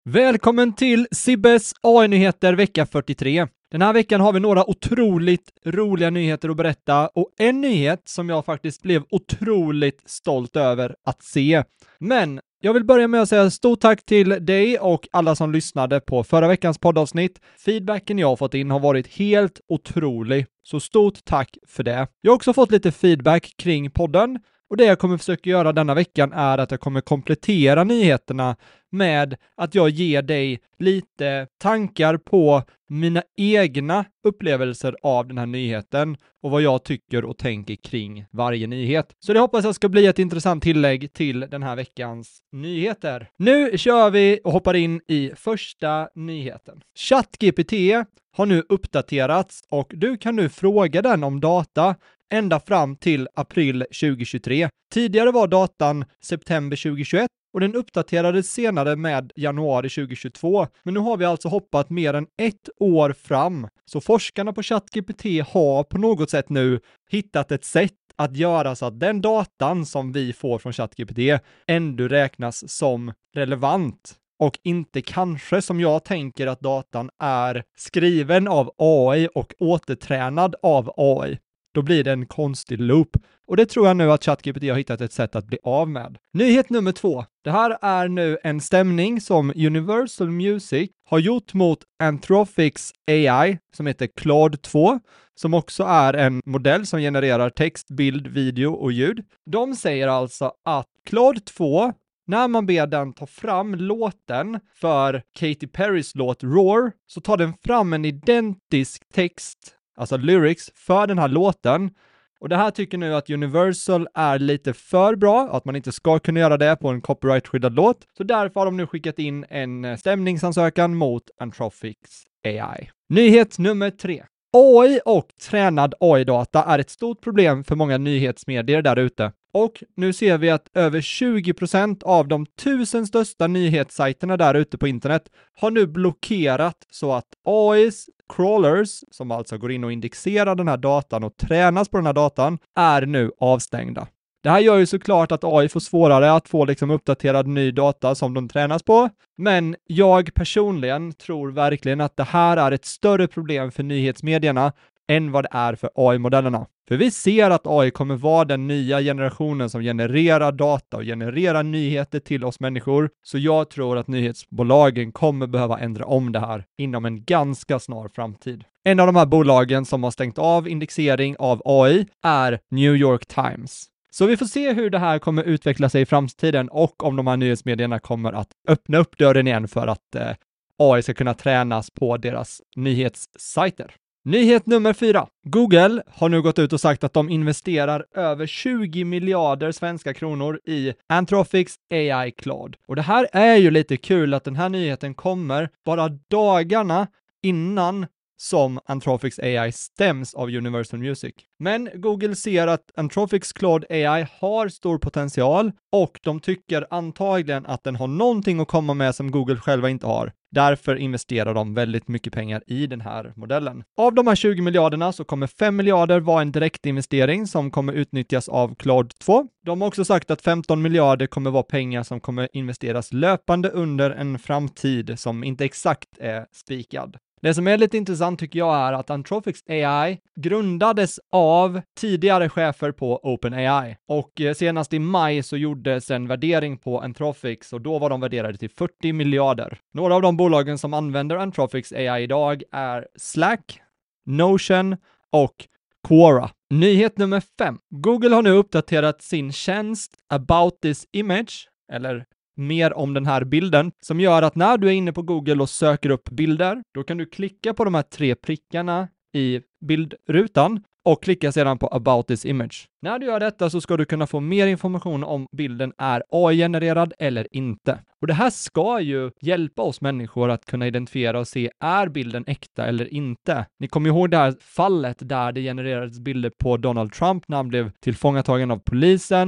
Välkommen till Sibbes AI-nyheter vecka 43. Den här veckan har vi några otroligt roliga nyheter att berätta och en nyhet som jag faktiskt blev otroligt stolt över att se. Men jag vill börja med att säga stort tack till dig och alla som lyssnade på förra veckans poddavsnitt. Feedbacken jag har fått in har varit helt otrolig, så stort tack för det. Jag har också fått lite feedback kring podden. Och det jag kommer försöka göra denna veckan är att jag kommer komplettera nyheterna med att jag ger dig lite tankar på mina egna upplevelser av den här nyheten och vad jag tycker och tänker kring varje nyhet. Så det hoppas jag ska bli ett intressant tillägg till den här veckans nyheter. Nu kör vi och hoppar in i första nyheten. ChatGPT har nu uppdaterats och du kan nu fråga den om data ända fram till april 2023. Tidigare var datan september 2021 och den uppdaterades senare med januari 2022. Men nu har vi alltså hoppat mer än ett år fram. Så forskarna på ChatGPT har på något sätt nu hittat ett sätt att göra så att den datan som vi får från ChatGPT ändå räknas som relevant. Och inte kanske som jag tänker att datan är skriven av AI och återtränad av AI. Då blir det en konstig loop. Och det tror jag nu att ChatGPT har hittat ett sätt att bli av med. Nyhet nummer 2. Det här är nu en stämning som Universal Music har gjort mot Anthropics AI som heter Claude 2. Som också är en modell som genererar text, bild, video och ljud. De säger alltså att Claude 2, när man ber den ta fram låten för Katy Perrys låt Roar, så tar den fram en identisk text, alltså lyrics, för den här låten. Och det här tycker nu att Universal är lite för bra, att man inte ska kunna göra det på en copyright-skyddad låt. Så därför har de nu skickat in en stämningsansökan mot Anthropics AI. Nyhet nummer 3. AI och tränad AI-data är ett stort problem för många nyhetsmedier där ute. Och nu ser vi att över 20% av de 1000 största nyhetssajterna där ute på internet har nu blockerat så att AIs crawlers, som alltså går in och indexerar den här datan och tränas på den här datan, är nu avstängda. Det här gör ju såklart att AI får svårare att få uppdaterad ny data som de tränas på. Men jag personligen tror verkligen att det här är ett större problem för nyhetsmedierna än vad det är för AI-modellerna. För vi ser att AI kommer vara den nya generationen som genererar data och genererar nyheter till oss människor. Så jag tror att nyhetsbolagen kommer behöva ändra om det här inom en ganska snar framtid. En av de här bolagen som har stängt av indexering av AI är New York Times. Så vi får se hur det här kommer utveckla sig i framtiden och om de här nyhetsmedierna kommer att öppna upp dörren igen för att AI ska kunna tränas på deras nyhetssajter. Nyhet nummer 4. Google har nu gått ut och sagt att de investerar över 20 miljarder svenska kronor i Anthropics AI Claude. Och det här är ju lite kul att den här nyheten kommer bara dagarna innan som Anthropics AI stäms av Universal Music. Men Google ser att Anthropics Claude AI har stor potential och de tycker antagligen att den har någonting att komma med som Google själva inte har. Därför investerar de väldigt mycket pengar i den här modellen. Av de här 20 miljarderna så kommer 5 miljarder vara en direktinvestering som kommer utnyttjas av Claude 2. De har också sagt att 15 miljarder kommer vara pengar som kommer investeras löpande under en framtid som inte exakt är spikad. Det som är lite intressant tycker jag är att Anthropics AI grundades av tidigare chefer på OpenAI och senast i maj så gjordes en värdering på Anthropics och då var de värderade till 40 miljarder. Några av de bolagen som använder Anthropics AI idag är Slack, Notion och Quora. Nyhet nummer 5. Google har nu uppdaterat sin tjänst About this image, eller mer om den här bilden, som gör att när du är inne på Google och söker upp bilder, då kan du klicka på de här 3 prickarna i bildrutan och klicka sedan på About this image. När du gör detta så ska du kunna få mer information om bilden är AI-genererad eller inte. Och det här ska ju hjälpa oss människor att kunna identifiera och se, är bilden äkta eller inte? Ni kommer ihåg det här fallet där det genererades bilder på Donald Trump när han blev tillfångatagen av polisen.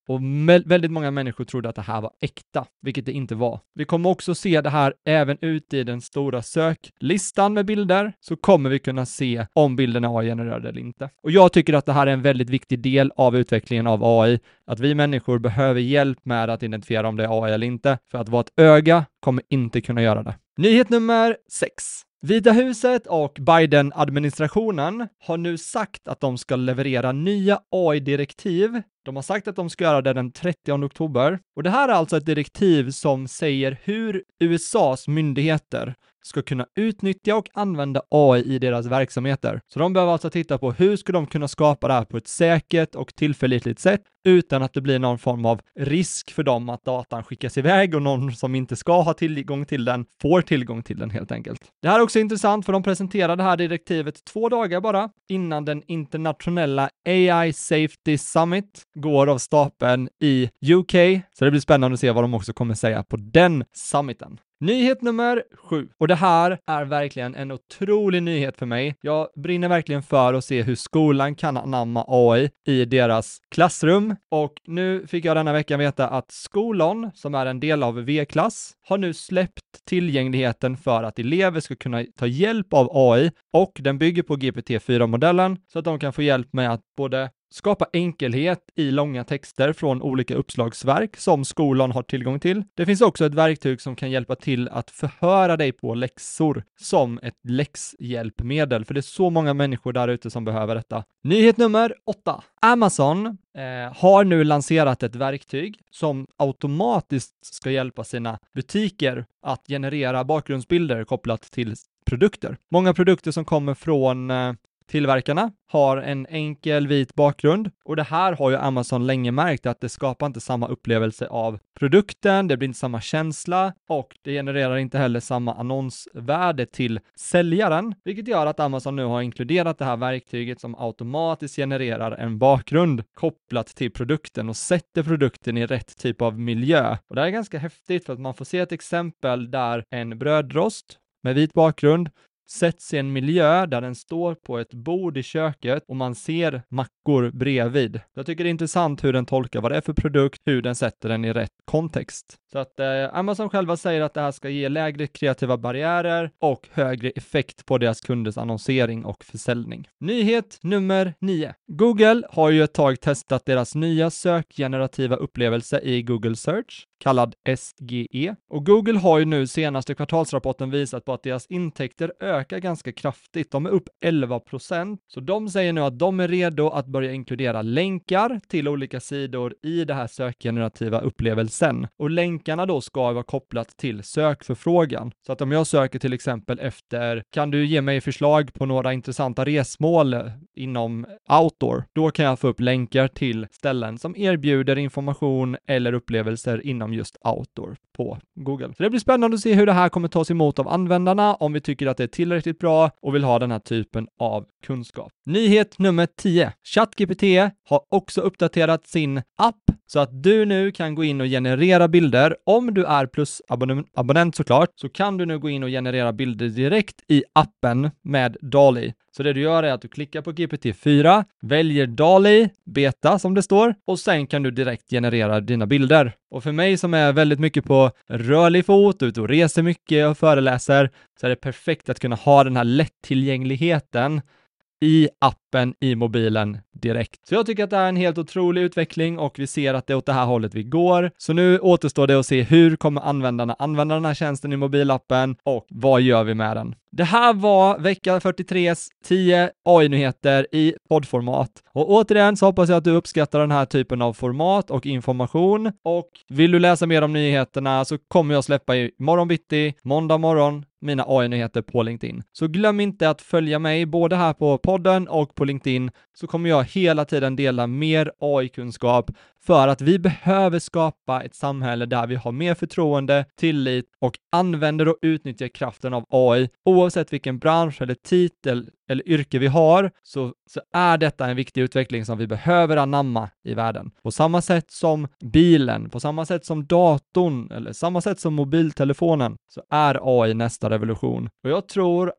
Och väldigt många människor trodde att det här var äkta, vilket det inte var. Vi kommer också se det här även ute i den stora söklistan med bilder, så kommer vi kunna se om bilderna är AI-genererade eller inte. Och jag tycker att det här är en väldigt viktig del av utvecklingen av AI, att vi människor behöver hjälp med att identifiera om det är AI eller inte, för att vårt öga kommer inte kunna göra det. Nyhet nummer 6. Vita huset och Biden-administrationen har nu sagt att de ska leverera nya AI-direktiv. De har sagt att de ska göra det den 30 oktober. Och det här är alltså ett direktiv som säger hur USAs myndigheter ska kunna utnyttja och använda AI i deras verksamheter. Så de behöver alltså titta på hur ska de kunna skapa det här på ett säkert och tillförlitligt sätt utan att det blir någon form av risk för dem att datan skickas iväg och någon som inte ska ha tillgång till den får tillgång till den helt enkelt. Det här är också intressant för de presenterade det här direktivet 2 dagar bara innan den internationella AI Safety Summit går av stapeln i UK. Så det blir spännande att se vad de också kommer säga på den summiten. Nyhet nummer 7. Och det här är verkligen en otrolig nyhet för mig. Jag brinner verkligen för att se hur skolan kan anamma AI i deras klassrum. Och nu fick jag denna vecka veta att skolan, som är en del av V-klass, har nu släppt tillgängligheten för att elever ska kunna ta hjälp av AI. Och den bygger på GPT-4-modellen så att de kan få hjälp med att både skapa enkelhet i långa texter från olika uppslagsverk som skolan har tillgång till. Det finns också ett verktyg som kan hjälpa till att förhöra dig på läxor som ett läxhjälpmedel, för det är så många människor där ute som behöver detta. Nyhet nummer 8. Amazon har nu lanserat ett verktyg som automatiskt ska hjälpa sina butiker att generera bakgrundsbilder kopplat till produkter. Många produkter som kommer från tillverkarna har en enkel vit bakgrund och det här har ju Amazon länge märkt att det skapar inte samma upplevelse av produkten, det blir inte samma känsla och det genererar inte heller samma annonsvärde till säljaren, vilket gör att Amazon nu har inkluderat det här verktyget som automatiskt genererar en bakgrund kopplat till produkten och sätter produkten i rätt typ av miljö. Och det är ganska häftigt för att man får se ett exempel där en brödrost med vit bakgrund sätts i en miljö där den står på ett bord i köket och man ser mackor bredvid. Jag tycker det är intressant hur den tolkar vad det är för produkt, hur den sätter den i rätt kontext. Så att Amazon själva säger att det här ska ge lägre kreativa barriärer och högre effekt på deras kunders annonsering och försäljning. Nyhet nummer 9. Google har ju ett tag testat deras nya sökgenerativa upplevelse i Google Search, kallad SGE. Och Google har ju nu senaste kvartalsrapporten visat på att deras intäkter ökar ganska kraftigt. De är upp 11%. Så de säger nu att de är redo att börja inkludera länkar till olika sidor i det här sökgenerativa upplevelsen. Och länkarna då ska vara kopplat till sökförfrågan. Så att om jag söker till exempel efter, kan du ge mig förslag på några intressanta resmål inom outdoor? Då kan jag få upp länkar till ställen som erbjuder information eller upplevelser inom just outdoor på Google. Så det blir spännande att se hur det här kommer tas emot av användarna, om vi tycker att det är tillräckligt bra och vill ha den här typen av kunskap. Nyhet nummer 10. ChatGPT har också uppdaterat sin app så att du nu kan gå in och generera bilder. Om du är Plus-abonnent såklart, så kan du nu gå in och generera bilder direkt i appen med DALL-E. Så det du gör är att du klickar på GPT-4, väljer DALL-E, beta som det står, och sen kan du direkt generera dina bilder. Och för mig som är väldigt mycket på rörlig fot, ute och reser mycket och föreläser, så är det perfekt att kunna ha den här lättillgängligheten i appen i mobilen direkt. Så jag tycker att det är en helt otrolig utveckling och vi ser att det är åt det här hållet vi går. Så nu återstår det att se hur kommer använda den här tjänsten i mobilappen och vad gör vi med den. Det här var vecka 43s 10 AI-nyheter i poddformat. Och återigen så hoppas jag att du uppskattar den här typen av format och information. Och vill du läsa mer om nyheterna så kommer jag släppa i morgon bitti, måndag morgon, mina AI-nyheter på LinkedIn. Så glöm inte att följa mig både här på podden och på LinkedIn, så kommer jag hela tiden dela mer AI-kunskap för att vi behöver skapa ett samhälle där vi har mer förtroende, tillit och använder och utnyttjar kraften av AI. Oavsett vilken bransch eller titel eller yrke vi har så är detta en viktig utveckling som vi behöver anamma i världen. På samma sätt som bilen, på samma sätt som datorn eller samma sätt som mobiltelefonen så är AI nästa revolution. Och jag tror att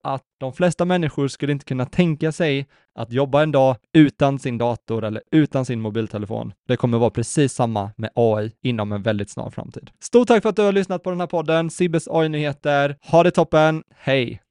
De flesta människor skulle inte kunna tänka sig att jobba en dag utan sin dator eller utan sin mobiltelefon. Det kommer vara precis samma med AI inom en väldigt snar framtid. Stort tack för att du har lyssnat på den här podden, Sibbes AI-nyheter. Ha det toppen, hej!